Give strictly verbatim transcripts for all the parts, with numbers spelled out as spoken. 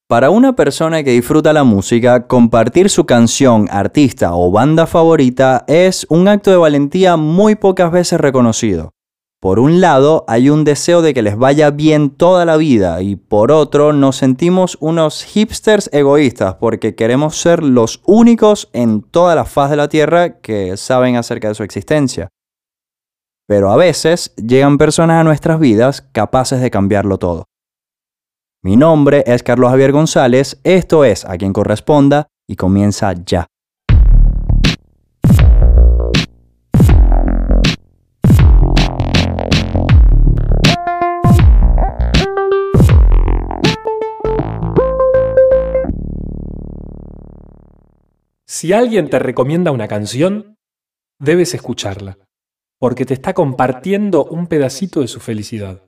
Para una persona que disfruta la música, compartir su canción, artista o banda favorita es un acto de valentía muy pocas veces reconocido. Por un lado, hay un deseo de que les vaya bien toda la vida y por otro, nos sentimos unos hipsters egoístas porque queremos ser los únicos en toda la faz de la Tierra que saben acerca de su existencia. Pero a veces llegan personas a nuestras vidas capaces de cambiarlo todo. Mi nombre es Carlos Javier González, esto es A Quien Corresponda y comienza ya. Si alguien te recomienda una canción, debes escucharla, porque te está compartiendo un pedacito de su felicidad.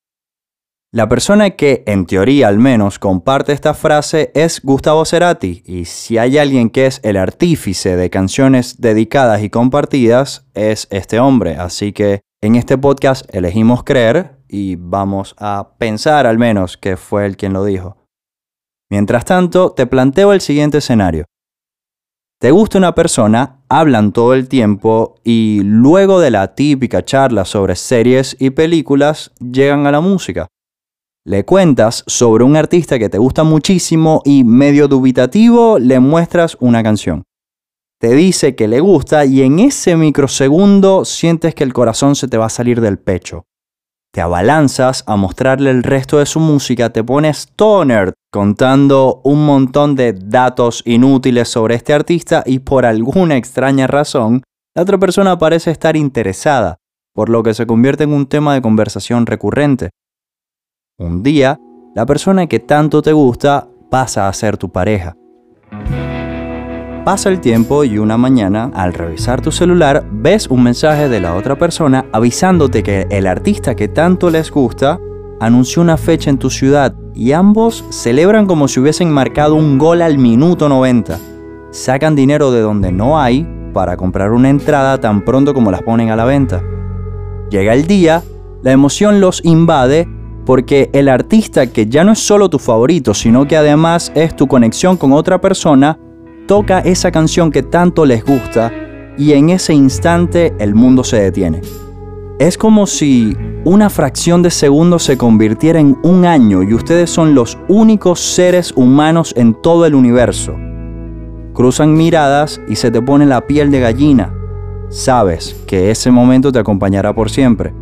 La persona que, en teoría al menos, comparte esta frase es Gustavo Cerati, y si hay alguien que es el artífice de canciones dedicadas y compartidas, es este hombre. Así que en este podcast elegimos creer y vamos a pensar al menos que fue él quien lo dijo. Mientras tanto, te planteo el siguiente escenario. Te gusta una persona, hablan todo el tiempo y luego de la típica charla sobre series y películas, llegan a la música. Le cuentas sobre un artista que te gusta muchísimo y medio dubitativo le muestras una canción. Te dice que le gusta y en ese microsegundo sientes que el corazón se te va a salir del pecho. Te abalanzas a mostrarle el resto de su música, te pones todo nerd contando un montón de datos inútiles sobre este artista y por alguna extraña razón, la otra persona parece estar interesada, por lo que se convierte en un tema de conversación recurrente. Un día, la persona que tanto te gusta pasa a ser tu pareja. Pasa el tiempo y una mañana, al revisar tu celular, ves un mensaje de la otra persona avisándote que el artista que tanto les gusta anunció una fecha en tu ciudad y ambos celebran como si hubiesen marcado un gol al minuto noventa. Sacan dinero de donde no hay para comprar una entrada tan pronto como las ponen a la venta. Llega el día, la emoción los invade porque el artista que ya no es solo tu favorito, sino que además es tu conexión con otra persona, toca esa canción que tanto les gusta y en ese instante el mundo se detiene. Es como si una fracción de segundo se convirtiera en un año y ustedes son los únicos seres humanos en todo el universo. Cruzan miradas y se te pone la piel de gallina. Sabes que ese momento te acompañará por siempre.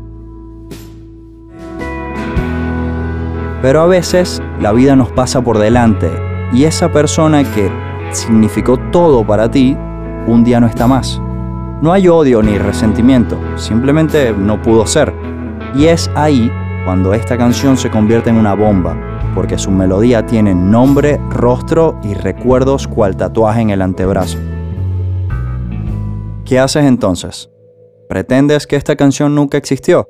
Pero a veces la vida nos pasa por delante y esa persona que significó todo para ti, un día no está más. No hay odio ni resentimiento, simplemente no pudo ser. Y es ahí cuando esta canción se convierte en una bomba, porque su melodía tiene nombre, rostro y recuerdos cual tatuaje en el antebrazo. ¿Qué haces entonces? ¿Pretendes que esta canción nunca existió?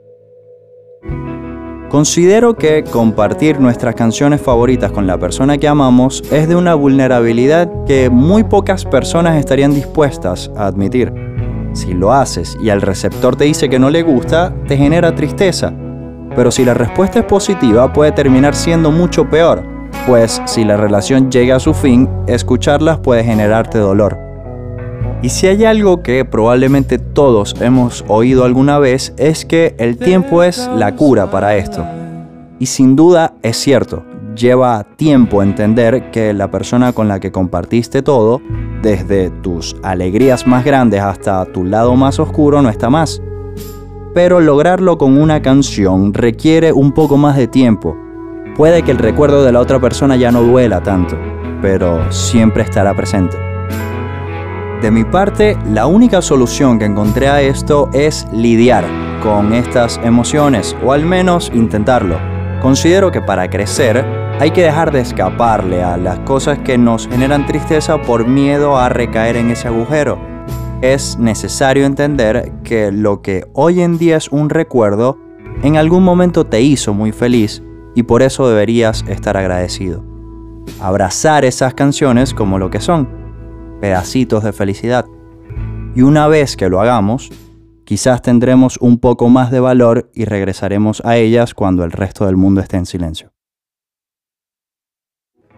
Considero que compartir nuestras canciones favoritas con la persona que amamos es de una vulnerabilidad que muy pocas personas estarían dispuestas a admitir. Si lo haces y el receptor te dice que no le gusta, te genera tristeza. Pero si la respuesta es positiva, puede terminar siendo mucho peor, pues si la relación llega a su fin, escucharlas puede generarte dolor. Y si hay algo que probablemente todos hemos oído alguna vez es que el tiempo es la cura para esto. Y sin duda es cierto, lleva tiempo entender que la persona con la que compartiste todo, desde tus alegrías más grandes hasta tu lado más oscuro, no está más. Pero lograrlo con una canción requiere un poco más de tiempo. Puede que el recuerdo de la otra persona ya no duela tanto, pero siempre estará presente. De mi parte, la única solución que encontré a esto es lidiar con estas emociones, o al menos intentarlo. Considero que para crecer hay que dejar de escaparle a las cosas que nos generan tristeza por miedo a recaer en ese agujero. Es necesario entender que lo que hoy en día es un recuerdo, en algún momento te hizo muy feliz y por eso deberías estar agradecido. Abrazar esas canciones como lo que son, pedacitos de felicidad. Y una vez que lo hagamos, quizás tendremos un poco más de valor y regresaremos a ellas cuando el resto del mundo esté en silencio.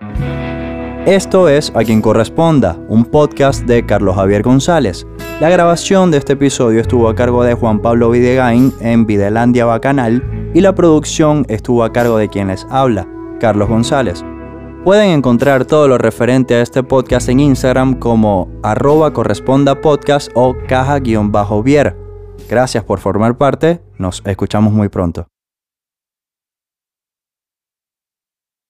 Esto es A Quien Corresponda, un podcast de Carlos Javier González. La grabación de este episodio estuvo a cargo de Juan Pablo Videgain en Videlandia Bacanal y la producción estuvo a cargo de quien les habla, Carlos González. Pueden encontrar todo lo referente a este podcast en Instagram como arroba correspondapodcast o caja-vier. Gracias por formar parte, nos escuchamos muy pronto.